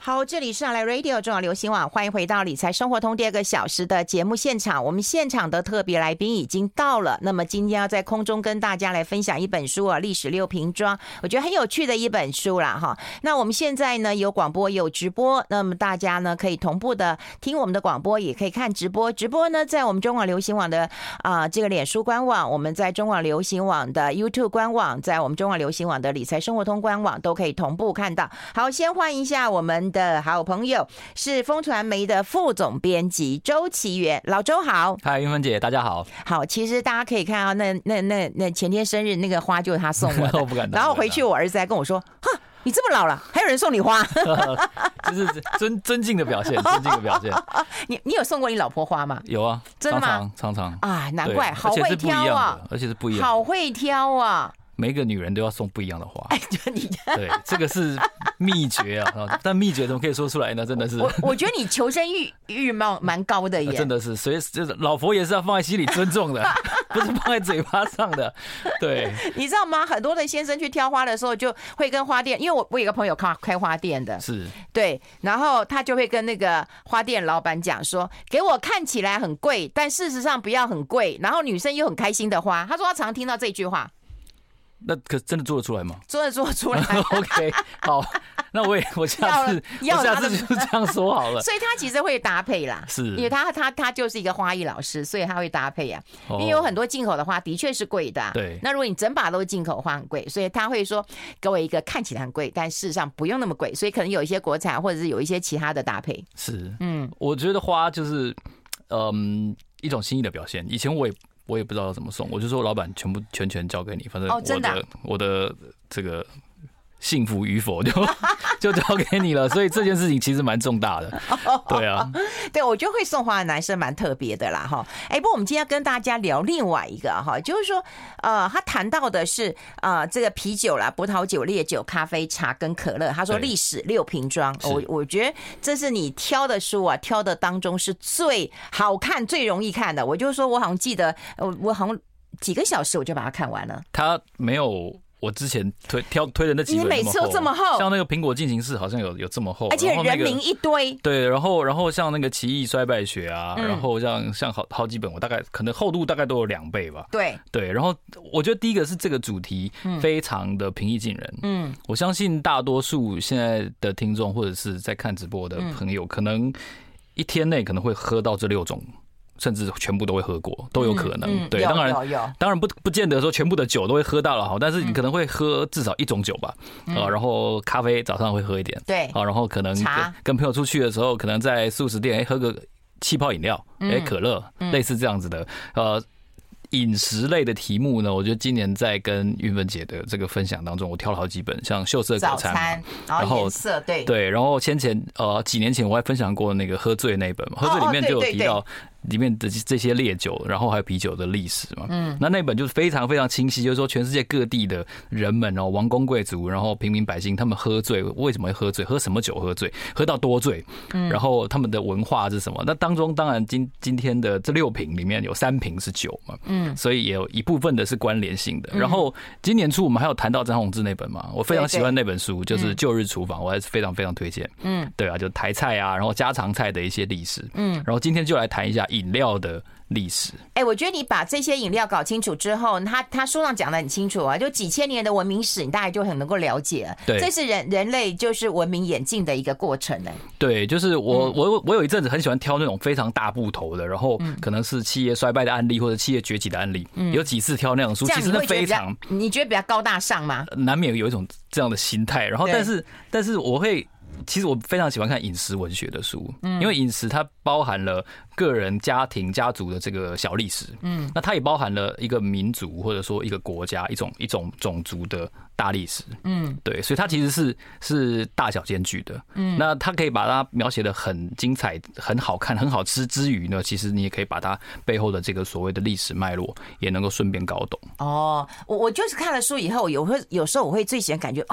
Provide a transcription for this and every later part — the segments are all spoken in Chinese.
好，这里是来 Radio 中央流行网，欢迎回到理财生活通第2个小时的节目现场。我们现场的特别来宾已经到了，那么今天要在空中跟大家来分享一本书啊，历史6瓶装，我觉得很有趣的一本书啦哈。那我们现在呢有广播也有直播，那么大家呢可以同步的听我们的广播，也可以看直播。直播呢在我们中广流行网的这个脸书官网，我们在中广流行网的 YouTube 官网，在我们中广流行网的理财生活通官网都可以同步看到。好，先欢迎一下我们的好朋友，是风传媒的副总编辑周岐原，老周好。 嗨，云芬姐，大家好。 好，其实大家可以看到那前天生日那个花就是他送我的， 我不敢当。 然后回去我儿子还跟我说，哈，你这么老了，还有人送你花， 就是尊敬的表现，尊敬的表现。 你有送过你老婆花吗？ 有啊， 真的吗？ 常常啊，难怪，好会挑啊， 而且是不一样的， 好会挑啊。 每一个女人都要送不一样的花， 哎，就你对，这个是秘诀啊！但秘诀怎么可以说出来呢？真的是， 我觉得你求生欲蛮高的耶， 真的是，所以就是老婆也是要放在心里尊重的，不是放在嘴巴上的。对， 你知道吗？很多的先生去挑花的时候，就会跟花店，因为我有个朋友开花店的， 是对，然后他就会跟那个花店老板讲说，给我看起来很贵，但事实上不要很贵，然后女生又很开心的花。他说他常听到这句话。 那可真的做得出来吗？ 做得出来。 OK， 好，那我下次就这样说好了。 所以他其实会搭配啦， 是因为他就是一个花艺老师，所以他会搭配啊。因为有很多进口的花的确是贵的， 对。 那如果你整把都是进口花很贵，所以他会说给我一个看起来很贵，但事实上不用那么贵，所以可能有一些国产或者是有一些其他的搭配。 是，我觉得花就是一种心意的表现。以前我也不知道要怎么送，我就说老板全交给你，反正我的这个幸福与否就交给你了，所以这件事情其实蛮重大的。对啊， 对，我觉得会送花的男生蛮特别的啦哈。哎，不过我们今天要跟大家聊另外一个哈，就是说他谈到的是这个啤酒啦、葡萄酒、烈酒、咖啡、茶跟可乐。他说历史6瓶装，我觉得这是你挑的书啊，挑的当中是最好看、最容易看的。我就说我好像记得，我好像几个小时我就把它看完了。 他没有。我之前推的那几本， 你每次都这么厚， 像那个苹果进行式好像有这么厚， 而且人名一堆。 对，然后像那个奇异衰败学啊，然后像好几本，我大概可能厚度大概都有2倍吧。对，然后我觉得第一个是这个主题非常的平易近人。我相信大多数现在的听众或者是在看直播的朋友，可能一天内可能会喝到这6种。甚至全部都会喝过，都有可能。对，当然不见得说全部的酒都会喝到了哈，但是你可能会喝至少1种酒吧。然后咖啡早上会喝一点， 对， 然后可能跟朋友出去的时候，可能在素食店喝个气泡饮料，可乐，类似这样子的。饮食类的题目呢，我觉得今年在跟云芬姐的这个分享当中，我挑了好几本，像秀色早餐， 然后颜色，对， 然后几年前我还分享过那个喝醉那一本嘛，喝醉里面就有提到里面的这些烈酒，然后还有啤酒的历史嘛。那本就是非常非常清晰，就是说全世界各地的人们哦，王公贵族，然后平民百姓，他们喝醉为什么会喝醉，喝什么酒喝醉，喝到多醉，然后他们的文化是什么？那当中当然今天的这6瓶里面有3瓶是酒嘛，所以也有一部分的是关联性的。然后今年初我们还有谈到张宏志那本嘛，我非常喜欢那本书，就是《旧日厨房》，我还是非常非常推荐。对啊，就台菜啊，然后家常菜的一些历史。然后今天就来谈一下饮料的历史。 我觉得你把这些饮料搞清楚之后，他书上讲得很清楚啊，就几千年的文明史，你大概就很能够了解。 对， 这是人类就是文明演进的一个过程。 对，就是我有一阵子很喜欢挑那种非常大部头的，然后可能是企业衰败的案例或者企业崛起的案例，有几次挑那种书，其实那非常， 你觉得比较高大上吗？ 难免有一种这样的心态。然后但是其实我非常喜欢看饮食文学的书，因为饮食它包含了个人、家庭、家族的这个小历史，那它也包含了一个民族或者说一个国家一种种族的大历史，对，所以它其实是大小兼具的，那它可以把它描写的很精彩、很好看、很好吃之余呢，其实你也可以把它背后的这个所谓的历史脉络也能够顺便搞懂。 我就是看了书以后，有时候我会最喜欢感觉啊。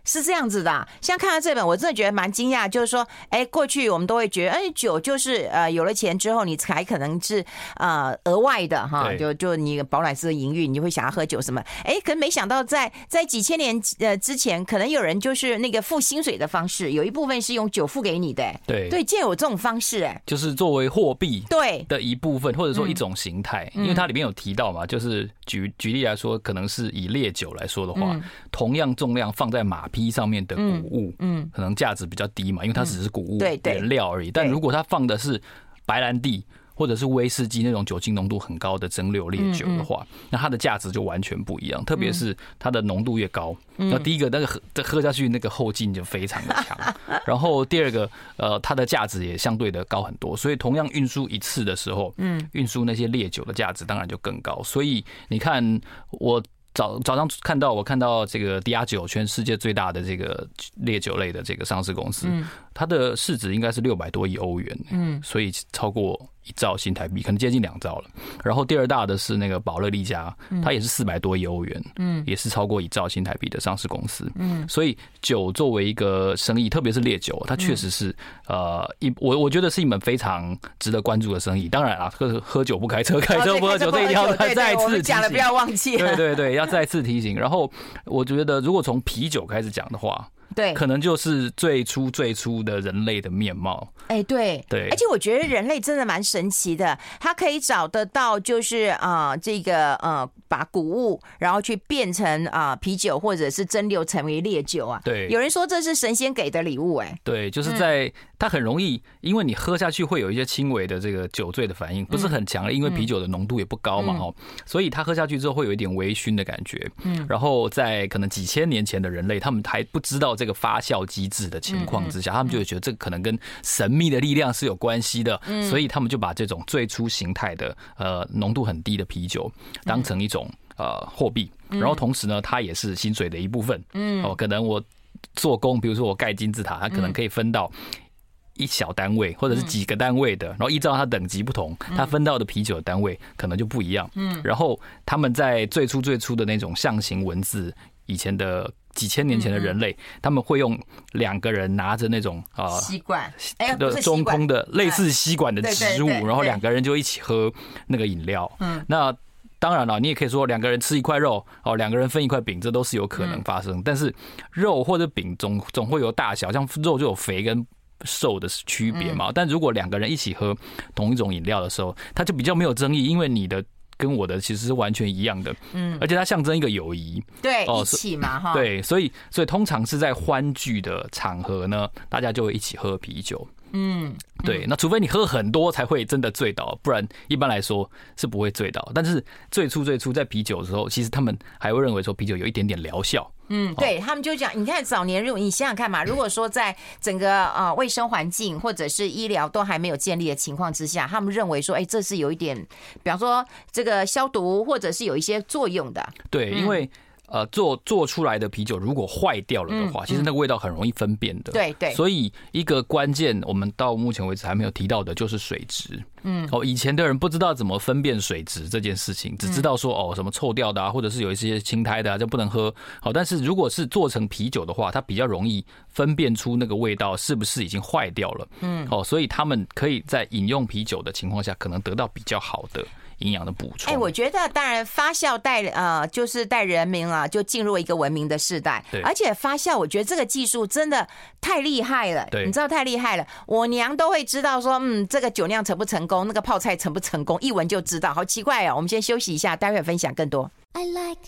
是这样子的啊。像看到这本，我真的觉得蛮惊讶，就是说，过去我们都会觉得，酒就是有了钱之后，你才可能是额外的哈，就你饱暖思的淫欲，你就会想要喝酒什么。可是没想到在几千年之前，可能有人就是那个付薪水的方式，有一部分是用酒付给你的。对，竟然有这种方式， 就是作为货币的一部分，或者说一种形态。因为它里面有提到嘛，就是举例来说，可能是以烈酒来说的话，同样重量放在马匹上面的谷物，可能价值比较低嘛，因为它只是谷物原料而已。但如果它放的是白兰地或者是威士忌那种酒精浓度很高的蒸馏烈酒的话，那它的价值就完全不一样。特别是它的浓度越高，那第一个那个喝下去那个后劲就非常的强，然后第二个它的价值也相对的高很多。所以同样运输一次的时候，运输那些烈酒的价值当然就更高。所以你看我。早上我看到这个Diageo全世界最大的这个烈酒类的这个上市公司，它的市值应该是600多亿欧元，所以超过1兆新台币，可能接近2兆了。然后第二大的是那个保乐利家，它也是400多亿欧元，也是超过1兆新台币的上市公司。所以酒作为一个生意，特别是烈酒，它确实是我觉得是一门非常值得关注的生意。当然啦，喝酒不开车，开车不喝酒，这一定要再次提醒。 讲了不要忘记。 对，要再次提醒。然后我觉得，如果从啤酒开始讲的话，对，可能就是最初的人类的面貌。 对，而且我觉得人类真的蛮神奇的，他可以找得到，就是这个把谷物然后去变成啤酒，或者是蒸馏成为烈酒啊。 对， 有人说这是神仙给的礼物。 对，就是在它很容易，因为你喝下去会有一些轻微的这个酒醉的反应，不是很强的，因为啤酒的浓度也不高嘛，所以它喝下去之后会有一点微醺的感觉。然后在可能几千年前的人类，他们还不知道这个发酵机制的情况之下，他们就会觉得这个可能跟神秘的力量是有关系的，所以他们就把这种最初形态的浓度很低的啤酒当成一种货币，然后同时呢，它也是薪水的一部分。可能我做工，比如说我盖金字塔，它可能可以分到一小单位或者是几个单位的，然后依照它等级不同，它分到的啤酒的单位可能就不一样。然后他们在最初的那种象形文字，以前的几千年前的人类，他们会用2个人拿着那种吸管中空的类似吸管的植物，然后2个人就一起喝那个饮料。那当然了，你也可以说2个人吃一块肉，2个人分一块饼，这都是有可能发生。但是肉或者饼总会有大小，像肉就有肥跟瘦的区别嘛。但如果2个人一起喝同一种饮料的时候，它就比较没有争议，因为你的跟我的其实是完全一样的，而且它象征一个友谊， 对，一起嘛，哈， 对，所以通常是在欢聚的场合呢，大家就会一起喝啤酒。对，那除非你喝很多才会真的醉倒，不然一般来说是不会醉倒。但是最初在啤酒的时候，其实他们还会认为说啤酒有一点点疗效。 对，他们就讲，你看早年，如果你想想看嘛，如果说在整个卫生环境或者是医疗都还没有建立的情况之下，他们认为说，这是有一点，比方说这个消毒或者是有一些作用的。 对，因为做出来的啤酒如果坏掉了的话，其实那个味道很容易分辨的。 对， 所以一个关键，我们到目前为止还没有提到的就是水质。以前的人不知道怎么分辨水质这件事情，只知道说什么臭掉的啊，或者是有一些青苔的啊，就不能喝。但是如果是做成啤酒的话，它比较容易分辨出那个味道是不是已经坏掉了。所以他们可以在饮用啤酒的情况下，可能得到比较好的营养的补充。 我觉得当然发酵就是带人民就进入一个文明的世代，而且发酵我觉得这个技术真的太厉害了，你知道太厉害了，我娘都会知道说这个酒酿成不成功，那个泡菜成不成功，一闻就知道，好奇怪我们先休息一下，待会儿分享更多。I like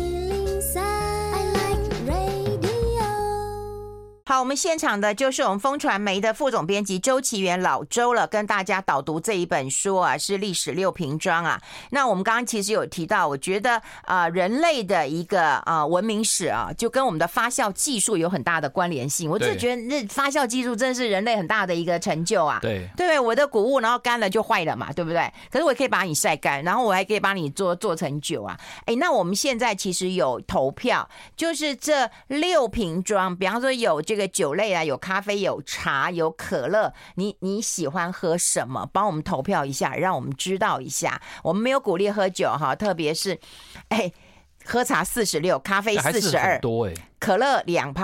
好，我们现场的就是我们风传媒的副总编辑周岐原老周了，跟大家导读这一本书是历史6瓶装啊。那我们刚刚其实有提到，我觉得人类的一个文明史就跟我们的发酵技术有很大的关联性。我就觉得这发酵技术真的是人类很大的一个成就啊。对，我的谷物然后干了就坏了嘛，对不对？可是我可以把你晒干，然后我还可以把你做成酒啊。那我们现在其实有投票，就是这6瓶装，比方说有这个酒类有咖啡、有茶、有可乐，你喜欢喝什么？帮我们投票一下，让我们知道一下。我们没有鼓励喝酒特别是喝茶46，咖啡42， 多可乐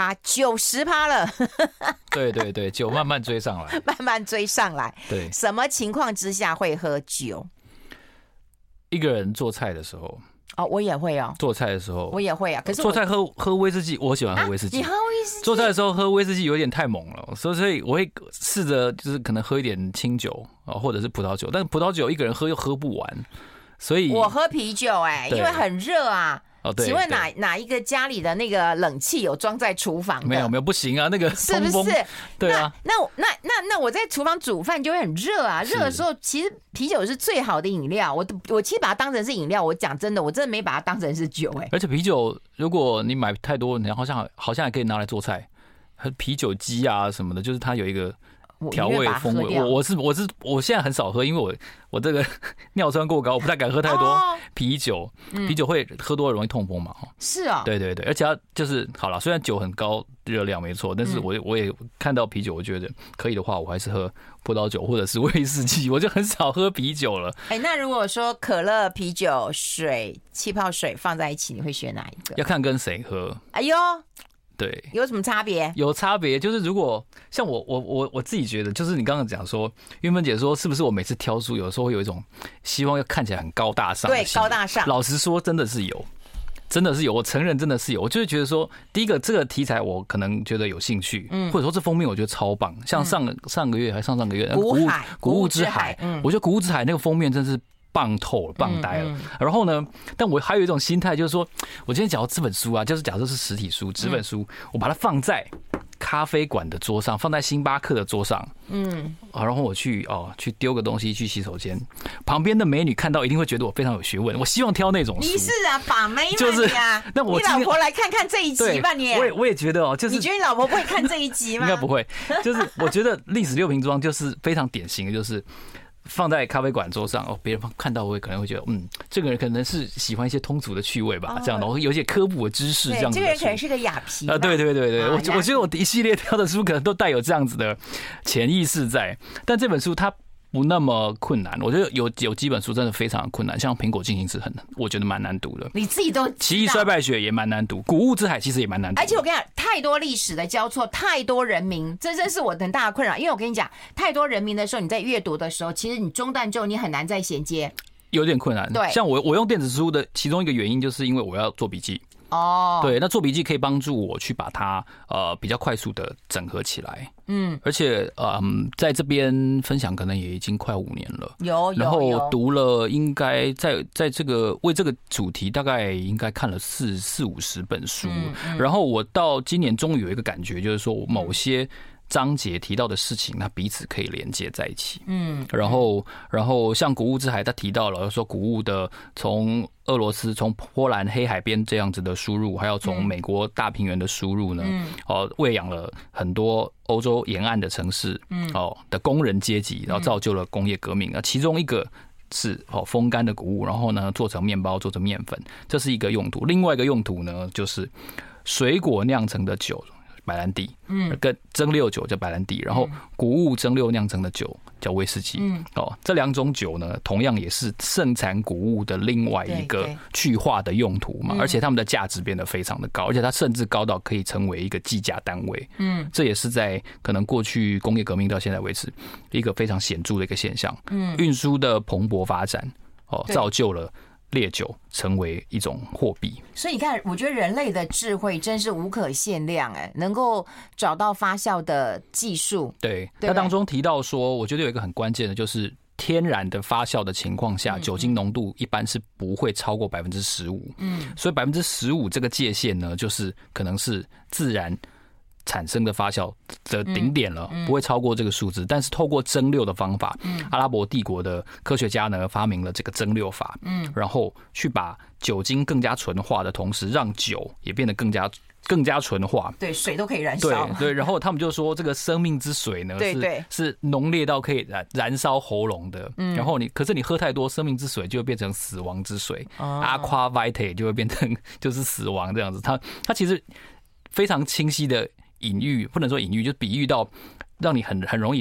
2%，90%了。 对对对，酒慢慢追上来， 慢慢追上来。 对， 什么情况之下会喝酒？ 一个人做菜的时候。 哦，我也会哦。 做菜的时候， 我也会啊。可是做菜喝威士忌，我喜欢喝威士忌。 你喝威士忌？ 做菜的时候喝威士忌有点太猛了，所以我会试着就是可能喝一点清酒啊，或者是葡萄酒，但葡萄酒一个人喝又喝不完，所以我喝啤酒因为很热啊。 哦，对， 请问哪一个家里的那个冷气有装在厨房的？ 没有，不行啊，那个是不是？ 对啊， 那我在厨房煮饭就会很热啊，热的时候其实啤酒是最好的饮料，我其实把它当成是饮料，我讲真的，我真的没把它当成是酒而且啤酒如果你买太多，你好像还可以拿来做菜，啤酒鸡啊什么的，就是它有一个调味风味。我现在很少喝，因为我这个尿酸过高，我不太敢喝太多啤酒。啤酒会喝多了容易痛风嘛？ 是啊， 对对对，而且它就是好了，虽然酒很高热量没错，但是我也看到啤酒，我觉得可以的话，我还是喝葡萄酒或者是威士忌，我就很少喝啤酒了。 那如果说可乐、啤酒、水、气泡水放在一起，你会选哪一个？ 要看跟谁喝。 哎呦。 对， 有什么差别？ 有差别，就是如果像我自己觉得，就是你刚刚讲说，云芬姐说是不是我每次挑书，有时候会有一种希望要看起来很高大上？ 对，高大上。 老实说，真的是有，我承认真的是有。我就是觉得说，第一个这个题材我可能觉得有兴趣，或者说这封面我觉得超棒，像上个月还上个月，谷物之海，我觉得谷物之海那个封面真是棒透了，棒呆了。然后呢，但我还有一种心态，就是说我今天讲到这本书啊，就是假设是实体书、纸本书，我把它放在咖啡馆的桌上，放在星巴克的桌上，然后我去丢个东西去洗手间，旁边的美女看到一定会觉得我非常有学问。我希望挑那种书。 你是啊，把妹嘛就是你啊？ 那我你老婆来看看这一集吧，你。 我也觉得就是你觉得你老婆不会看这一集吗？ 应该不会。就是我觉得历史6瓶装就是非常典型的，就是放在咖啡馆桌上别人看到可能会觉得这个人可能是喜欢一些通俗的趣味吧，这样的，有一些科普的知识这样子。 这个人可能是个雅皮对对对对，我觉得我一系列挑的书可能都带有这样子的潜意识在，但这本书它不那么困难。我觉得有几本书真的非常困难，像《苹果进行式》我觉得蛮难读的。 你自己都知道。 奇异衰败学也蛮难读，谷物之海其实也蛮难读。 而且我跟你讲，太多历史的交错，太多人名，这真是我很大的困扰。因为我跟你讲，太多人名的时候，你在阅读的时候，其实你中断之后，你很难再衔接， 有点困难。 对， 像我用电子书的其中一个原因，就是因为我要做笔记。对，那做笔记可以帮助我去把它比较快速的整合起来。而且在这边分享可能也已经快5年了。然后读了应该在这个为这个主题大概应该看了40-50本书。然后我到今年终于有一个感觉，就是说某些章节提到的事情，它彼此可以连接在一起。然后像谷物之海，他提到了说谷物的从俄罗斯、从波兰黑海边这样子的输入，还有从美国大平原的输入呢，喂养了很多欧洲沿岸的城市的工人阶级，然后造就了工业革命。其中一个是风干的谷物，然后呢做成面包、做成面粉，这是一个用途。另外一个用途呢，就是水果酿成的酒。白兰地，跟蒸馏酒叫白兰地，然后谷物蒸馏酿成的酒叫威士忌。这2种酒呢，同样也是盛产谷物的另外一个去化的用途嘛，而且它们的价值变得非常的高，而且它甚至高到可以成为一个计价单位。这也是在可能过去工业革命到现在为止一个非常显著的一个现象。运输的蓬勃发展，造就了烈酒成为一种货币。 所以你看，我觉得人类的智慧真是无可限量，能够找到发酵的技术。 对，它当中提到说，我觉得有一个很关键的就是天然的发酵的情况下，酒精浓度一般是不会超过15%。所以15%这个界限呢，就是可能是自然产生的发酵的顶点了，不会超过这个数字。但是透过蒸馏的方法，阿拉伯帝国的科学家呢发明了这个蒸馏法，然后去把酒精更加纯化的同时，让酒也变得更加纯化。 对，水都可以燃烧。 对，然后他们就说这个生命之水呢，是浓烈到可以燃烧喉咙的。然后可是你喝太多生命之水，就会变成死亡之水，aqua vitae 就会变成就是死亡这样子。它其实非常清晰的隐喻，不能说隐喻，就比喻到让你很容易懂。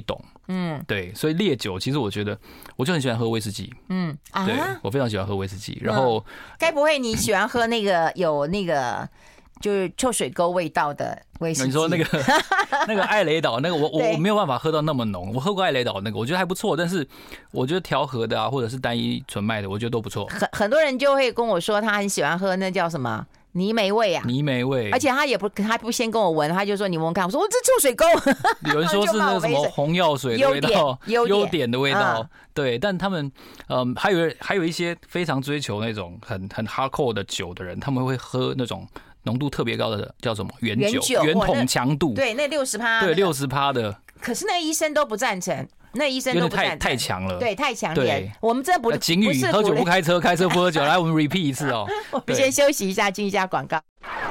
对，所以烈酒其实我觉得我就很喜欢喝威士忌，对，我非常喜欢喝威士忌。然后， 该不会你喜欢喝那个有那个就是臭水沟味道的威士忌？ 你说那个艾雷岛那个，我没有办法喝到那么浓。我喝过艾雷岛那个，我觉得还不错，但是我觉得调和的啊，或者是单一纯麦的，我觉得都不错。 很多人就会跟我说，他很喜欢喝那叫什么？泥煤味啊， 泥煤味， 而且他不先跟我闻，他就说你闻看，我说这臭水沟。 有人说是那个什么红药水的味道，优点的味道，对。但他们还有一些非常追求那种很 hardcore 的酒的人，他们会喝那种浓度特别高的叫什么原酒，原桶强度， 对，那60%， 对60%的。 可是那个医生都不赞成。那医生都不赞成， 太强了， 对，太强烈。我们这不警语：喝酒不开车，开车不喝酒。来，我们 repeat 一次哦。 我们先休息一下，进一下广告。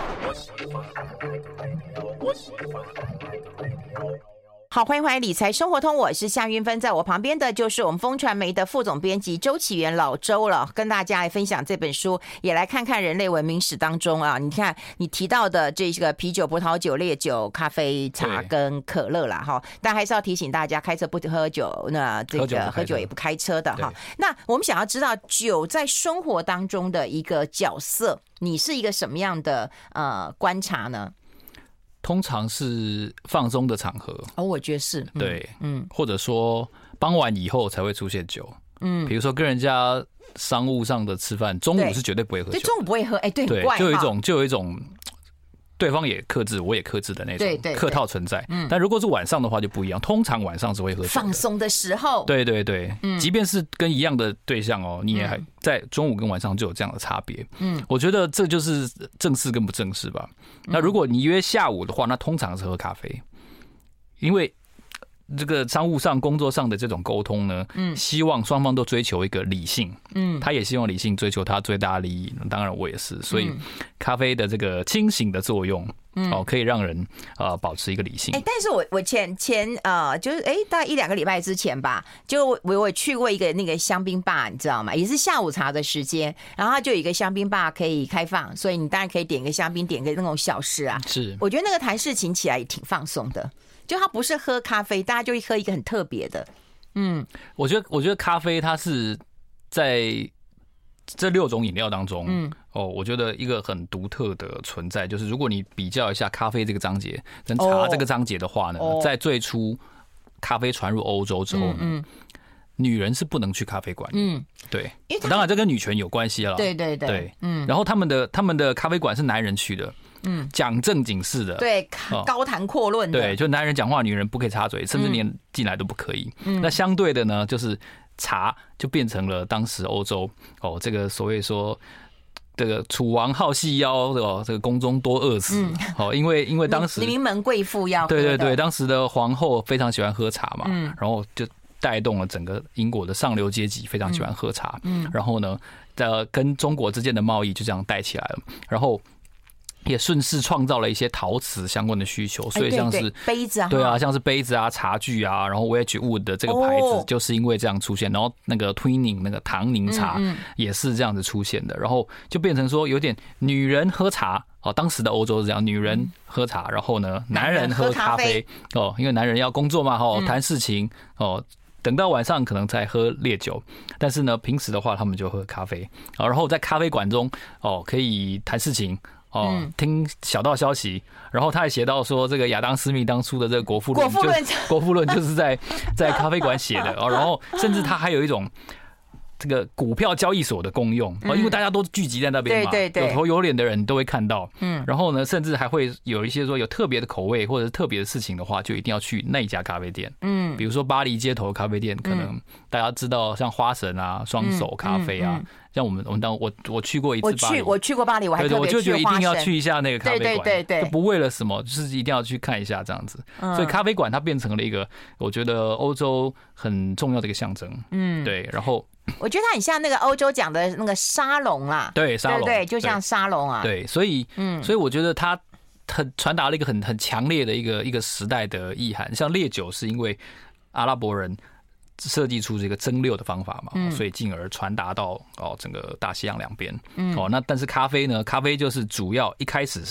好，欢迎回来理财生活通，我是夏云芬，在我旁边的就是我们风传媒的副总编辑周启源老周了，跟大家来分享这本书，也来看看人类文明史当中啊，你看你提到的这个啤酒、葡萄酒、烈酒、咖啡、茶跟可乐啦哈，但还是要提醒大家，开车不喝酒，那这个喝酒也不开车的哈。那我们想要知道酒在生活当中的一个角色，你是一个什么样的观察呢？ 通常是放松的场合我觉得是对，或者说傍晚以后才会出现酒，比如说跟人家商务上的吃饭，中午是绝对不会喝酒， 对，中午不会喝，对， 对，就有一种对方也克制，我也克制的那种客套存在。但如果是晚上的话就不一样，通常晚上是会喝酒， 放松的时候。对对对，即便是跟一样的对象你也还在中午跟晚上就有这样的差别。我觉得这就是正式跟不正式吧。那如果你约下午的话，那通常是喝咖啡，因为这个商务上、工作上的这种沟通呢，希望双方都追求一个理性，他也希望理性追求他最大的利益，当然我也是，所以咖啡的这个清醒的作用，可以让人保持一个理性。 但是我前就是大概1-2个礼拜之前吧，就我去过一个那个香槟吧，你知道吗？也是下午茶的时间，然后它就有一个香槟吧可以开放，所以你当然可以点个香槟，点个那种小事啊。 是， 我觉得那个谈事情起来也挺放松的。就它不是喝咖啡，大家就会喝一个很特别的。 我觉得咖啡它是在这6种饮料当中，我觉得一个很独特的存在，就是如果你比较一下咖啡这个章节跟茶这个章节的话呢，在最初咖啡传入欧洲之后呢，女人是不能去咖啡馆。对，当然这跟女权有关系了。 对对对， 然后他们的咖啡馆是男人去的。讲正经事的， 对，高谈阔论的， 对，就男人讲话，女人不可以插嘴，甚至连进来都不可以。那相对的呢，就是茶就变成了当时欧洲这个所谓说这个楚王好细腰这个宫中多饿死因为当时名门贵妇要喝的， 对对对，当时的皇后非常喜欢喝茶嘛，然后就带动了整个英国的上流阶级非常喜欢喝茶，然后呢，跟中国之间的贸易就这样带起来了，然后也顺势创造了一些陶瓷相关的需求，所以像是杯子啊， 对啊，像是杯子啊、茶具啊，然后 Wedgwood 的这个牌子就是因为这样出现，然后那个 Twinning 那个唐宁茶也是这样子出现的，然后就变成说有点女人喝茶当时的欧洲是这样，女人喝茶，然后呢男人喝咖啡因为男人要工作嘛谈事情等到晚上可能才喝烈酒，但是呢平时的话他们就喝咖啡然后在咖啡馆中可以谈事情听小道消息，然后他还写到说，这个亚当斯密当初的这个国富论就是在咖啡馆写的然后甚至他还有一种这个股票交易所的功用因为大家都聚集在那边嘛，有头有脸的人都会看到，然后呢，甚至还会有一些说有特别的口味或者是特别的事情的话，就一定要去那一家咖啡店，比如说巴黎街头咖啡店，可能大家知道像花神啊、双手咖啡啊。像我去过一次巴黎， 我去过巴黎，我还特别去花神， 我就觉得一定要去一下那个咖啡馆， 对， 就不为了什么，就是一定要去看一下这样子。所以咖啡馆它变成了一个我觉得欧洲很重要的一个象征。对，然后我觉得它很像那个欧洲讲的那个沙龙啦， 对，沙龙， 对，就像沙龙啊， 对，所以我觉得它很传达了一个很强烈的一个时代的意涵。像烈酒是因为阿拉伯人设计出这个蒸馏的方法嘛，所以进而传达到整个大西洋两边。那但是咖啡呢？咖啡就是主要一开始是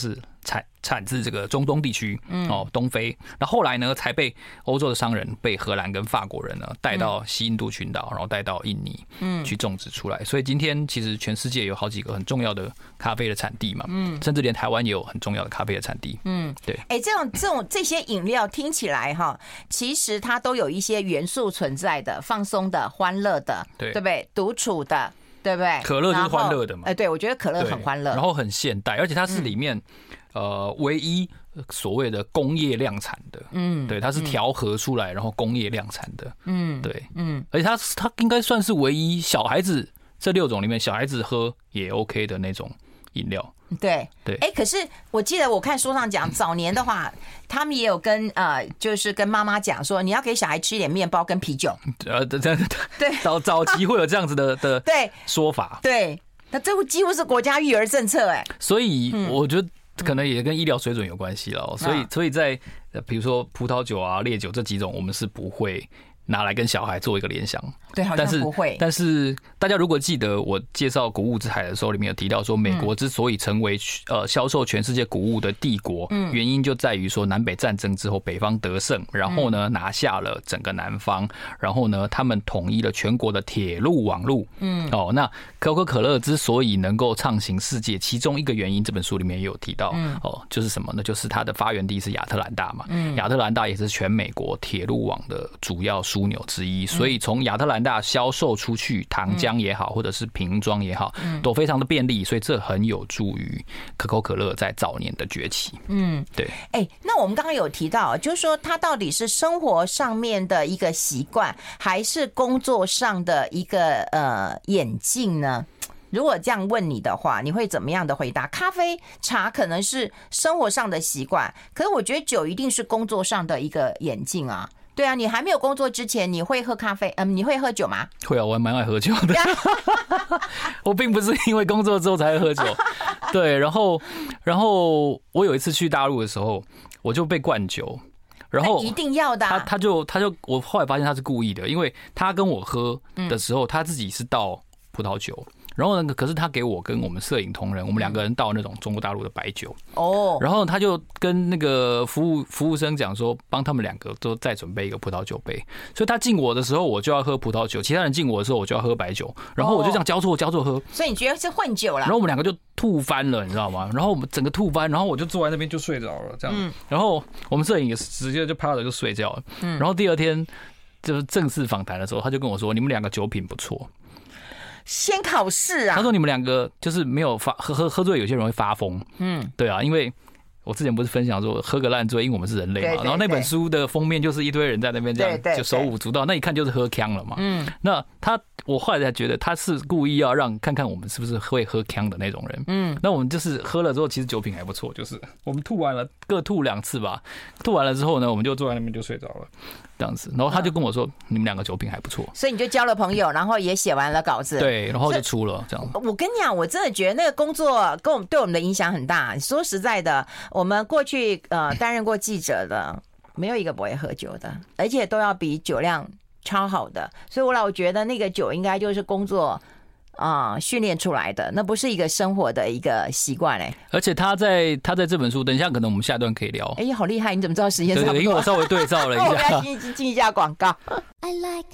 产自这个中东地区，东非。那后来呢，才被欧洲的商人被荷兰跟法国人呢带到西印度群岛，然后带到印尼，去种植出来。所以今天其实全世界有好几个很重要的咖啡的产地嘛，甚至连台湾也有很重要的咖啡的产地。对。 这些饮料听起来哈，其实它都有一些元素存在的，放松的、欢乐的，对不对？独处的。对不对？ 可乐就是欢乐的嘛。 对，我觉得可乐很欢乐， 然后很现代，而且它是里面唯一所谓的工业量产的。对，它是调和出来，然后工业量产的。对，而且它应该算是唯一小孩子这6种里面小孩子喝也 OK 的那种饮料。 对，可是我记得我看书上讲，早年的话，他们也有就是跟妈妈讲说，你要给小孩吃一点面包跟啤酒。 对，早期会有这样子的说法。 对，那这几乎是国家育儿政策哎。 所以我觉得可能也跟医疗水准有关系了。所以在比如说葡萄酒啊、烈酒这几种，我们是不会拿来跟小孩做一个联想。 对，好像不会。 但是大家如果记得我介绍谷物之海的时候，里面有提到说，美国之所以成为销售全世界谷物的帝国，原因就在于说南北战争之后，北方得胜，然后呢拿下了整个南方，然后呢他们统一了全国的铁路网路。那可口可乐之所以能够畅行世界，其中一个原因，这本书里面也有提到，就是什么呢？就是它的发源地是亚特兰大嘛。亚特兰大也是全美国铁路网的主要枢纽之一，所以从亚特兰大销售出去糖浆也好，或者是瓶装也好，都非常的便利，所以这很有助于可口可乐在早年的崛起。对。 那我们刚刚有提到，就是说它到底是生活上面的一个习惯，还是工作上的一个演进呢？如果这样问你的话，你会怎么样的回答？咖啡、茶可能是生活上的习惯，可是我觉得酒一定是工作上的一个演进啊。对啊，你还没有工作之前，你会喝咖啡？你会喝酒吗？ 会啊，我还蛮爱喝酒的。我并不是因为工作之后才会喝酒。对，然后我有一次去大陆的时候，我就被灌酒。然后一定要的。 他就我后来发现他是故意的，因为他跟我喝的时候，他自己是倒葡萄酒。然后呢，可是他给我跟我们摄影同仁，我们2个人倒那种中国大陆的白酒。然后他就跟那个服务生讲说，帮他们2个都再准备一个葡萄酒杯。所以他敬我的时候，我就要喝葡萄酒；其他人敬我的时候，我就要喝白酒。然后我就这样交错喝。 所以你觉得是混酒了？ 然后我们2个就吐翻了，你知道吗？然后我们整个吐翻，然后我就坐在那边就睡着了，这样。然后我们摄影也直接就趴着就睡觉了。然后第2天就是正式访谈的时候，他就跟我说：“你们2个酒品不错。” 先考试啊！ 他说你们2个就是没有喝醉，有些人会发疯。对啊，因为我之前不是分享说喝个烂醉，因为我们是人类嘛。然后那本书的封面就是一堆人在那边这样就手舞足蹈，那一看就是喝呛了嘛。那我后来才觉得他是故意要让看看我们是不是会喝呛的那种人。那我们就是喝了之后，其实酒品还不错，就是我们吐完了各吐2次吧。吐完了之后呢，我们就坐在那边就睡着了。这样子，然后他就跟我说：“你们2个酒品还不错。” 所以你就交了朋友，然后也写完了稿子， 对，然后就出了这样。 我跟你讲，我真的觉得那个工作对我们的影响很大。说实在的，我们过去担任过记者的，没有一个不会喝酒的，而且都要比酒量超好的。所以我老觉得那个酒应该就是工作训练出来的，那不是一个生活的一个习惯哎。 而且他在这本书，等一下可能我们下一段可以聊。 好厉害！你怎么知道时间差不多？ 对，因为我稍微对照了一下。 我们来进一下广告。 I like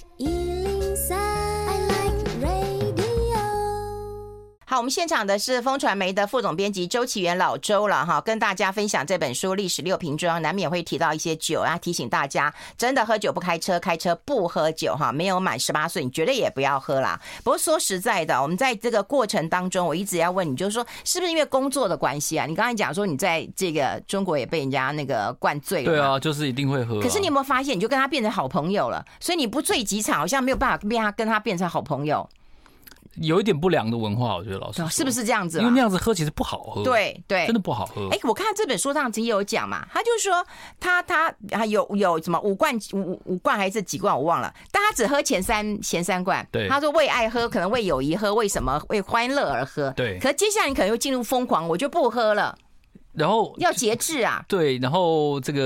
103, I like radio。 好，我们现场的是风传媒的副总编辑周岐原老周了哈，跟大家分享这本书《历史6瓶装》，难免会提到一些酒啊，提醒大家真的喝酒不开车，开车不喝酒哈，没有满18岁，你绝对也不要喝啦。不过说实在的，我们在这个过程当中，我一直要问你，就是说是不是因为工作的关系啊？你刚才讲说你在这个中国也被人家那个灌醉了， 对啊，就是一定会喝。 可是你有没有发现，你就跟他变成好朋友了？所以你不醉几场，好像没有办法跟他变成好朋友。 有一点不良的文化，我觉得老师是不是这样子？ 因为那样子喝其实不好喝， 对， 真的不好喝。 我看这本书上其实有讲嘛，他就说他有什么五罐还是几罐我忘了，但他只喝前三罐。 对， 他说为爱喝，可能为友谊喝，为什么为欢乐而喝？ 对， 可是接下来你可能又进入疯狂，我就不喝了， 然后要节制啊。 对，然后这个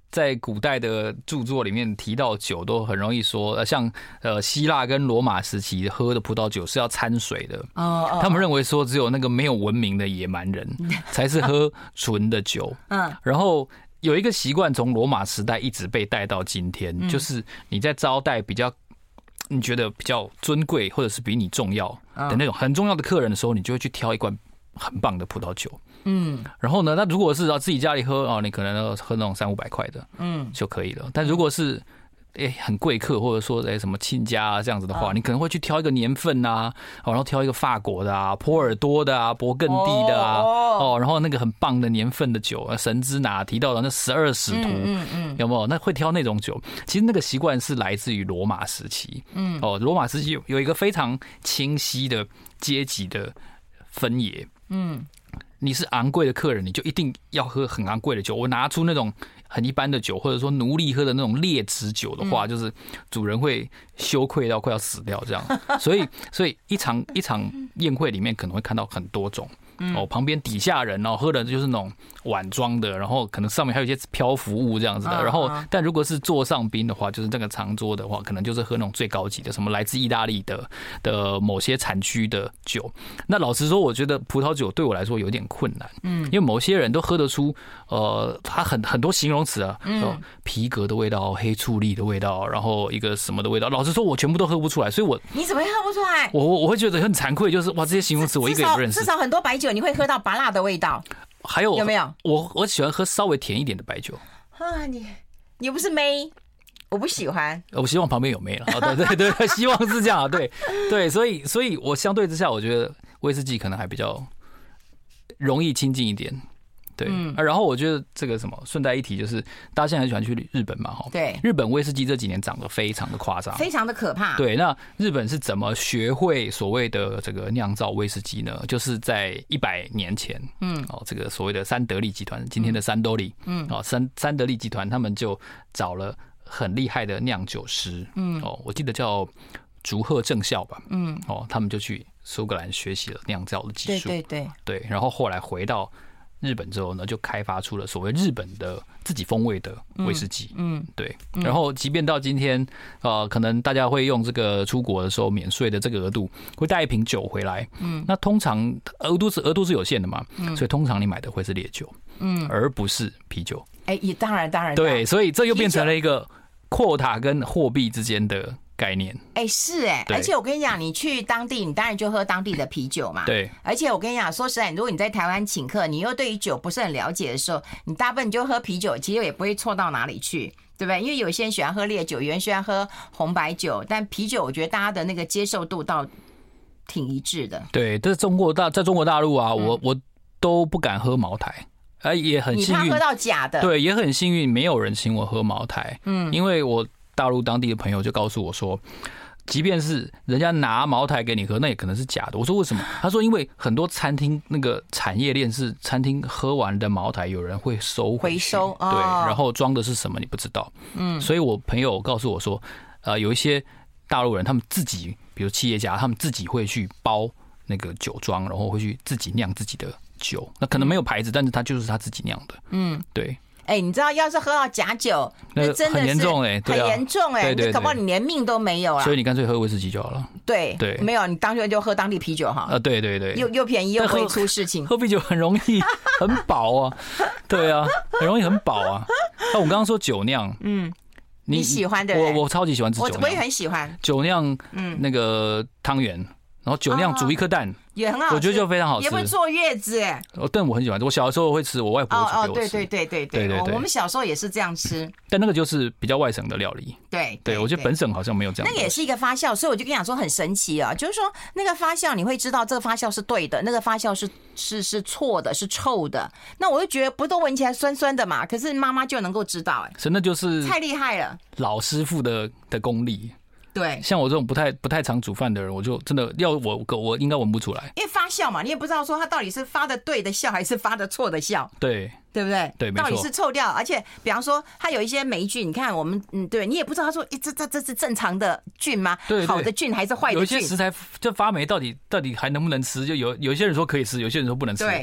在古代的著作里面提到酒，都很容易说，像希腊跟罗马时期喝的葡萄酒是要掺水的。他们认为说，只有那个没有文明的野蛮人才是喝纯的酒。然后有一个习惯从罗马时代一直被带到今天，就是你在招待你觉得比较尊贵或者是比你重要的那种很重要的客人的时候，你就会去挑一罐很棒的葡萄酒。然后呢，那如果是自己家里喝你可能要喝那种300-500块的，就可以了。但如果是很贵客，或者说什么亲家啊这样子的话，你可能会去挑一个年份啊，然后挑一个法国的啊、波尔多的啊、勃艮第的啊，然后那个很棒的年份的酒，神之哪提到的那12使徒，有没有？那会挑那种酒。其实那个习惯是来自于罗马时期，罗马时期有一个非常清晰的阶级的分野，你是昂贵的客人，你就一定要喝很昂贵的酒。我拿出那种很一般的酒，或者说奴隶喝的那种劣质酒的话，就是主人会羞愧到快要死掉这样。所以一场宴会里面可能会看到很多种。旁边底下人喝的就是那种碗装的，然后可能上面还有一些漂浮物这样子的。然后，但如果是座上宾的话，就是那个长桌的话，可能就是喝那种最高级的，什么来自意大利的某些产区的酒。那老实说，我觉得葡萄酒对我来说有点困难，因为某些人都喝得出，他很多形容词啊，皮革的味道、黑醋栗的味道，然后一个什么的味道。老实说，我全部都喝不出来，所以你怎么会喝不出来？我会觉得很惭愧，就是哇，这些形容词我一个也不认识。 至少很多白酒你会喝到芭乐的味道， 还有没有？ 我喜欢喝稍微甜一点的白酒啊，你不是妹，我不喜欢。 我希望旁边有妹了，对，希望是这样啊，对，所以我相对之下，我觉得威士忌可能还比较容易亲近一点。对，然后我觉得这个什么，顺带一提，就是大家现在很喜欢去日本嘛， 对， 日本威士忌这几年涨得非常的夸张， 非常的可怕。 对，那日本是怎么学会所谓的这个酿造威士忌呢？就是在100年前，这个所谓的三得利集团，今天的三得利，三得利集团，他们就找了很厉害的酿酒师，我记得叫竹鹤正孝吧，他们就去苏格兰学习了酿造的技术，对，然后后来回到日本之后呢，就开发出了所谓日本的自己风味的威士忌，对。然后即便到今天，可能大家会用这个出国的时候免税的这个额度，会带一瓶酒回来，那通常额度是有限的嘛，所以通常你买的会是烈酒，而不是啤酒。 也当然， 对，所以这又变成了一个quota跟货币之间的概念。 是而且我跟你讲，你去当地，你当然就喝当地的啤酒嘛。 对。 而且我跟你讲，说实在，如果你在台湾请客，你又对于酒不是很了解的时候，你大部分你就喝啤酒，其实也不会错到哪里去，对不对？因为有些人喜欢喝烈酒，有人喜欢喝红白酒，但啤酒我觉得大家的那个接受度倒挺一致的。 对，在中国大陆啊，我都不敢喝茅台。也很幸运， 你怕喝到假的。 对，也很幸运，没有人请我喝茅台。因为我大陆当地的朋友就告诉我说，即便是人家拿茅台给你喝，那也可能是假的。我说为什么？他说因为很多餐厅那个产业链是餐厅喝完的茅台，有人会回收，对，然后装的是什么你不知道。所以我朋友告诉我说，有一些大陆人他们自己，比如企业家，他们自己会去包那个酒庄，然后会去自己酿自己的酒，那可能没有牌子，但是他就是他自己酿的。对。 你知道，要是喝到假酒，那真的是很严重很严重对， 搞不好你连命都没有啊。 所以你干脆喝威士忌就好了。 对，没有，你当然就喝当地啤酒哈。 对， 又便宜又不会出事情。 喝啤酒很容易很饱啊，对啊，很容易很饱啊。那我刚刚说酒酿， 你喜欢的， 我超级喜欢吃酒酿， 我也很喜欢酒酿，那个汤圆。然后酒酿煮一颗蛋也很好吃， 我觉得就非常好吃。 也会坐月子但我很喜欢吃。我小的时候会吃，我外婆会煮给我吃。 对，我们小时候也是这样吃。 但那个就是比较外省的料理。 对， 我觉得本省好像没有这样。 那个也是一个发酵，所以我就跟你讲说很神奇啊，就是说那个发酵你会知道这个发酵是对的，那个发酵是错的，是臭的。那我就觉得不都闻起来酸酸的嘛，可是妈妈就能够知道， 所以那就是太厉害了， 老师傅的功力。 对， 像我这种不太常煮饭的人，我就真的要我应该闻不出来， 因为发酵嘛，你也不知道说它到底是发的对的酵还是发的错的酵， 对不对？ 对， 到底是臭掉，而且比方说它有一些霉菌，你看我们对你也不知道他说这是正常的菌吗？对，好的菌还是坏的菌？ 有一些食材就发霉，到底还能不能吃？就有些人说可以吃，有些人说不能吃。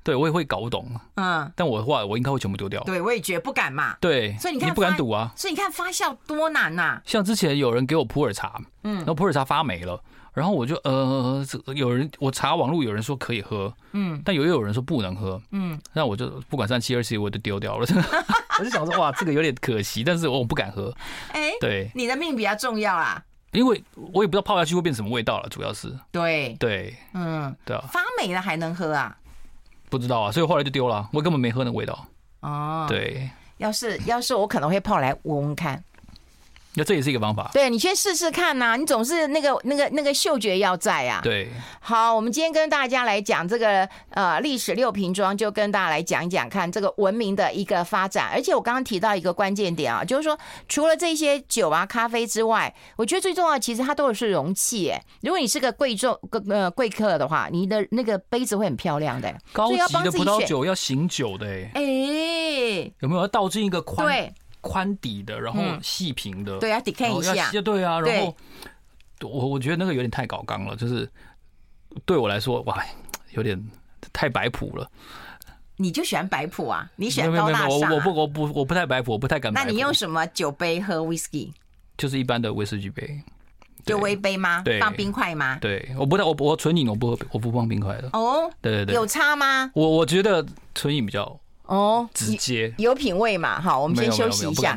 对我也会搞不懂。但我的话，我应该会全部丢掉。 对，我也觉得不敢嘛。 对， 所以你看不敢赌啊。 所以你看发酵多难呐。 像之前有人给我普洱茶，然后普洱茶发霉了。然后我就我查网络有人说可以喝，但有人说不能喝，那我就不管3727我就丢掉了。我就想说哇，这个有点可惜，但是我不敢喝。对， 你的命比较重要啊， 因为我也不知道泡下去会变什么味道了，主要是对， 对啊， 发霉了还能喝啊？ 不知道啊，所以后来就丢了，我根本没喝那个味道。对， 要是我可能会泡来闻闻看。 那这也是一个方法， 对，你先试试看呐，你总是那个嗅觉要在啊。 对， 好，我们今天跟大家来讲这个历史6瓶装，就跟大家来讲一讲看这个文明的一个发展。而且我刚刚提到一个关键点啊，就是说除了这些酒啊、咖啡之外，我觉得最重要的其实它都是容器。如果你是个贵客的话，你的那个杯子会很漂亮的。 高级的葡萄酒要醒酒的有没有要倒进一个宽底的，然后细平的， 对啊 ，decant 一下， 对啊，然后我觉得那个有点太搞纲了，就是对我来说，哇，有点太摆谱了。 你就喜欢摆谱啊？你喜欢高大上？ 我不太摆谱，我不太敢摆谱。 那你用什么酒杯喝 whisky？ 就是一般的威士忌杯， 就微杯吗？ 对， 放冰块吗？ 对，我纯饮我不放冰块的。对， 有差吗？ 我觉得纯饮比较。直接有品味嘛。好，我们先休息一下。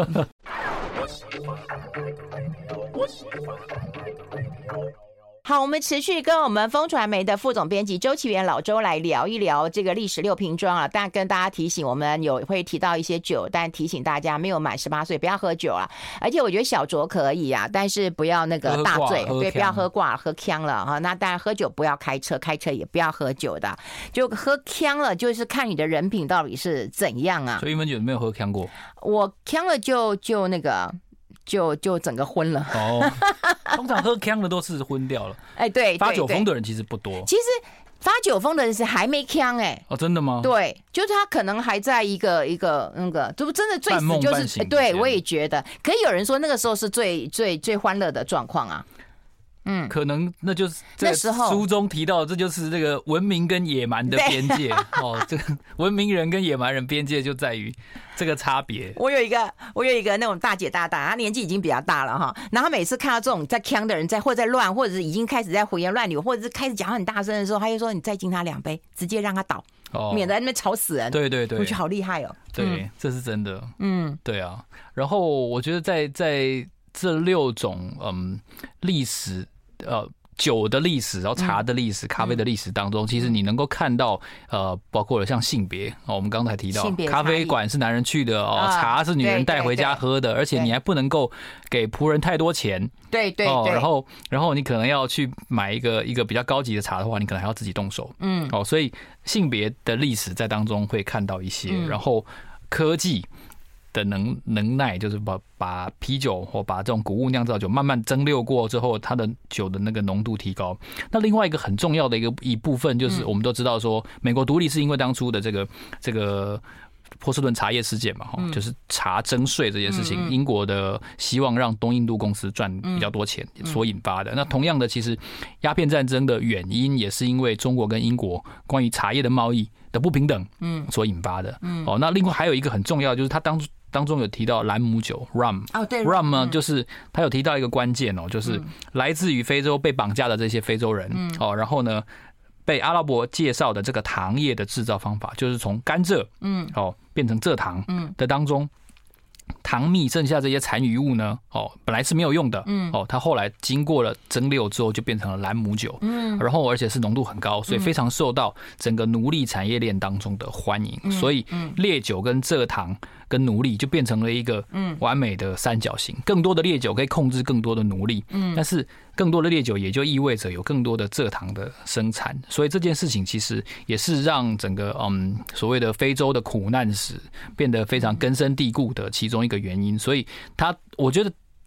好，我们持续跟我们风传媒的副总编辑周岐原老周来聊一聊这个历史6瓶装啊。但跟大家提醒，我们会提到一些酒，但提醒大家没有满18岁不要喝酒啊。而且我觉得小酌可以啊，但是不要那个大醉，对，不要喝挂喝呛了哈。那当然喝酒不要开车，开车也不要喝酒的，就喝呛了就是看你的人品到底是怎样啊。 所以你们酒没有喝呛过？ 我呛了就那个。就整个昏了。 通常喝呛的都是昏掉了。 对， 发酒疯的人其实不多。 其实发酒疯的人是还没呛真的吗？ 对，就是他可能还在一个那个，就真的醉死就是对，我也觉得。可是有人说那个时候是最欢乐的状况啊。 可能那就是在书中提到，这就是这个文明跟野蛮的边界。这个文明人跟野蛮人边界就在于这个差别。我有一个那种大姐大大，她年纪已经比较大了哈，然后她每次看到这种在呛的人或者在乱，或者是已经开始在胡言乱语，或者是开始讲很大声的时候，她就说你再敬他2杯，直接让他倒，免得在那边吵死人。对，我觉得好厉害哦。对，这是真的。对啊。然后我觉得在这6种历史酒的历史，然后茶的历史、咖啡的历史当中，其实你能够看到包括了像性别我们刚才提到，咖啡馆是男人去的茶是女人带回家喝的，而且你还不能够给仆人太多钱。对，然后你可能要去买一个比较高级的茶的话，你可能还要自己动手。所以性别的历史在当中会看到一些，然后科技的能耐，就是把啤酒或把这种谷物酿造酒慢慢蒸馏过之后，它的酒的那个浓度提高。那另外一个很重要的一部分，就是我们都知道说，美国独立是因为当初的这个波士顿茶叶事件嘛，就是茶征税这件事情，英国的希望让东印度公司赚比较多钱所引发的。那同样的，其实鸦片战争的原因也是因为中国跟英国关于茶叶的贸易的不平等所引发的。那另外还有一个很重要，就是他当中有提到兰姆酒 rum。对 rum 呢，就是他有提到一个关键就是来自于非洲被绑架的这些非洲人然后呢被阿拉伯介绍的这个糖业的制造方法，就是从甘蔗变成蔗糖的当中，糖蜜剩下这些残余物呢本来是没有用的它后来经过了蒸馏之后就变成了兰姆酒然后而且是浓度很高，所以非常受到整个奴隶产业链当中的欢迎所以烈酒跟蔗糖跟奴隶就变成了一个完美的三角形，更多的烈酒可以控制更多的奴隶但是更多的烈酒也就意味着有更多的蔗糖的生产，所以这件事情其实也是让整个所谓的非洲的苦难史变得非常根深蒂固的其中一个原因。所以我觉得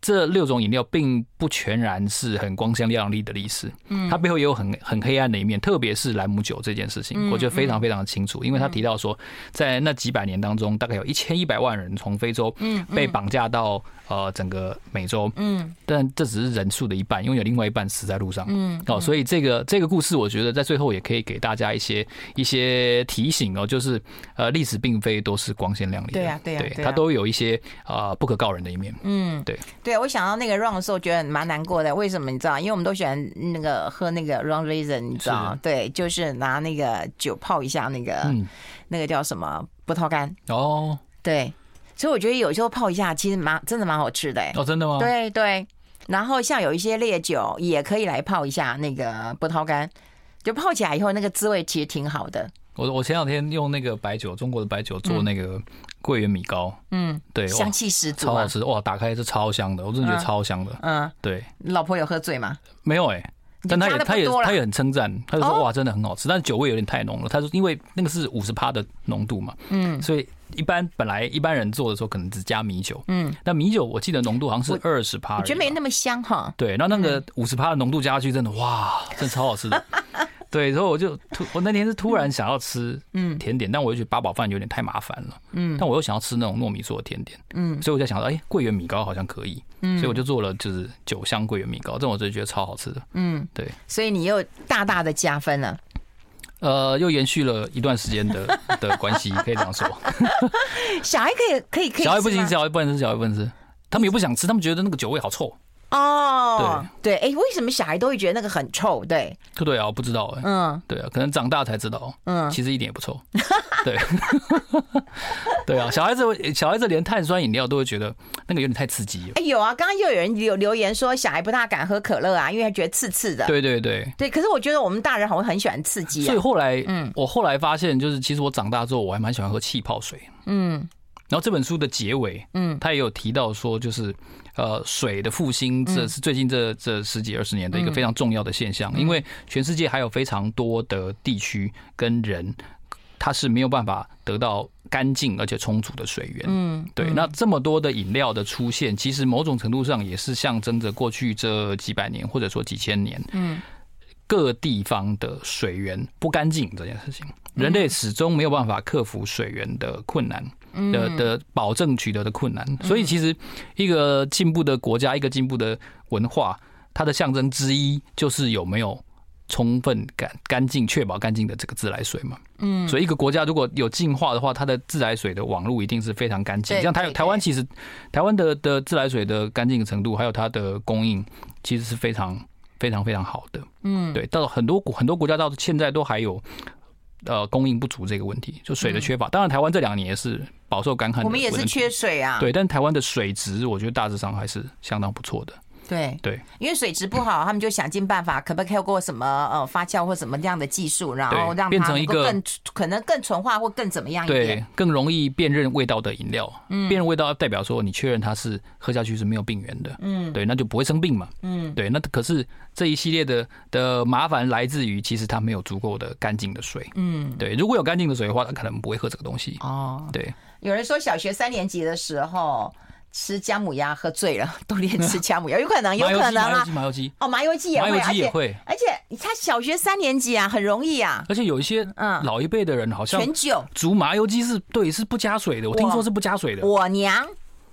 这6种饮料并不全然是很光鲜亮丽的历史，它背后也有很黑暗的一面，特别是兰姆酒这件事情，我觉得非常非常的清楚，因为他提到说，在那几百年当中，大概有1100万人从非洲被绑架到整个美洲，但这只是人数的一半，因为有另外一半死在路上，所以这个故事，我觉得在最后也可以给大家一些提醒哦，就是历史并非都是光鲜亮丽的，对，它都有一些不可告人的一面， 对，我想到那个 Ron 的时候，觉得蛮难过的。为什么你知道？因为我们都喜欢那个喝那个 Ron Raisin， 你知道？对，就是拿那个酒泡一下那个叫什么葡萄干哦。 对，所以我觉得有时候泡一下，其实真的蛮好吃的。 哦，真的吗？ 对对。然后像有一些烈酒也可以来泡一下那个葡萄干，就泡起来以后那个滋味其实挺好的。我前两天用那个白酒，中国的白酒做那个桂圆米糕，对， 香气十足， 超好吃哇！打开是超香的，我真的觉得超香的，对。 老婆有喝醉吗？ 没有但他也很称赞，他就说哇，真的很好吃，但是酒味有点太浓了。他说因为那个是50%的浓度嘛，所以本来一般人做的时候可能只加米酒，那米酒我记得浓度好像是20%， 我觉得没那么香哈。 对，然后那个50%的浓度加下去，真的哇，真的超好吃的。对，所以我那天是突然想要吃甜点，但我又觉得八宝饭有点太麻烦了，但我又想要吃那种糯米做的甜点，所以我就想到，桂圆米糕好像可以，所以我就做了就是酒香桂圆米糕，这我就觉得超好吃的，对， 所以你又大大的加分了， 又延续了一段时间的关系，可以这样说。 小孩可以， 小孩不行，小孩不能吃，他们也不想吃，他们觉得那个酒味好臭。 哦，对，为什么小孩都会觉得那个很臭？对啊，我不知道对啊，可能长大才知道，其实一点也不臭，对，对啊，小孩子连碳酸饮料都会觉得那个有点太刺激了。 有啊，刚刚又有人留言说小孩不大敢喝可乐啊，因为他觉得刺刺的。对，可是我觉得我们大人好像很喜欢刺激， 所以后来，我后来发现，就是其实我长大之后，我还蛮喜欢喝气泡水，然后这本书的结尾，他也有提到说，就是水的复兴，这是最近这10几20年的一个非常重要的现象，因为全世界还有非常多的地区跟人，它是没有办法得到干净而且充足的水源。对，那这么多的饮料的出现，其实某种程度上也是象征着过去这几百年或者说几千年，各地方的水源不干净这件事情，人类始终没有办法克服水源的困难。的保证取得的困难，所以其实一个进步的国家，一个进步的文化，它的象征之一就是有没有充分干净、确保干净的这个自来水嘛。所以一个国家如果有净化的话，它的自来水的网络一定是非常干净。像台湾，其实台湾的自来水的干净程度，还有它的供应，其实是非常非常非常好的。对，到很多国家到现在都还有。供应不足这个问题，就水的缺乏。当然，台湾这2年也是饱受干旱的问题， 我们也是缺水啊。 对，但台湾的水质，我觉得大致上还是相当不错的。对， 因为水质不好，他们就想尽办法，可不可以透过什么发酵或什么这样的技术，然后让它变成一个可能更纯化或更怎么样一点， 对，更容易辨认味道的饮料。辨认味道代表说你确认它是喝下去是没有病源的。对，那就不会生病嘛。对，那可是这一系列的麻烦来自于其实它没有足够的干净的水。对，如果有干净的水的话，它可能不会喝这个东西。对， 有人说小学3年级的时候。吃姜母鸭喝醉了，都练吃姜母鸭，有可能啊。 麻油鸡麻油鸡也会，而且他小学3年级啊，很容易啊。 而且有一些老一辈的人好像全酒煮麻油鸡是不加水的，我听说是不加水的。 我娘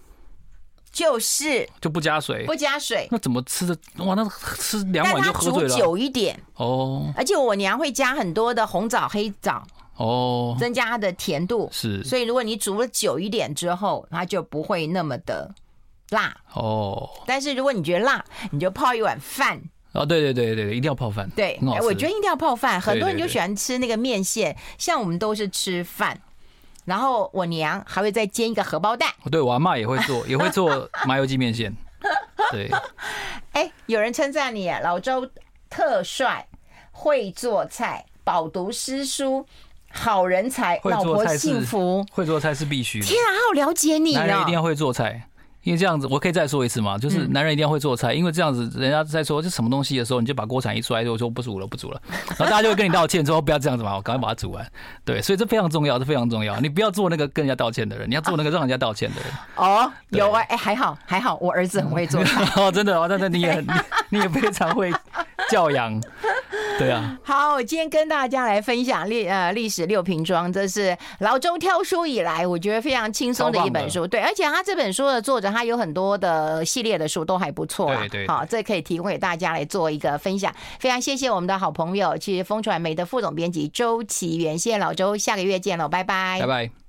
就不加水，那怎么吃的？哇，那吃2碗就喝醉了。 但他煮久一点而且我娘会加很多的红枣、黑枣。增加它的甜度是， 所以如果你煮了久一点之后，它就不会那么的辣但是如果你觉得辣，你就泡一碗饭对，一定要泡饭。 对，我觉得一定要泡饭。很多人就喜欢吃那个面线，像我们都是吃饭，然后我娘还会再煎一个荷包蛋。 对，我阿嬷也会做麻油鸡面线。对， 有人称赞你，老周特帅，会做菜，饱读诗书。好人才，老婆幸福， 会做菜是必须的。 天啊，好了解你男人一定要会做菜， 因为这样子，我可以再说一次嘛，就是男人一定要会做菜，因为这样子人家在说这什么东西的时候，你就把锅铲一摔，就说不煮了，然后大家就会跟你道歉，说不要这样子嘛，我赶快把它煮完。对，所以这非常重要，这非常重要。你不要做那个跟人家道歉的人，你要做那个让人家道歉的人。 哦，有啊，还好，我儿子很会做菜。 哦，真的哦，那你也非常会教养。对啊， 好，我今天跟大家来分享历史六瓶装，这是老周挑书以来我觉得非常轻松的一本书。对，而且他这本书的作者他有很多的系列的书都还不错啊。 对， 好，这可以提供给大家来做一个分享。非常谢谢我们的好朋友，其实风传媒的副总编辑周岐原，谢谢老周，下个月见了，拜拜， 拜拜。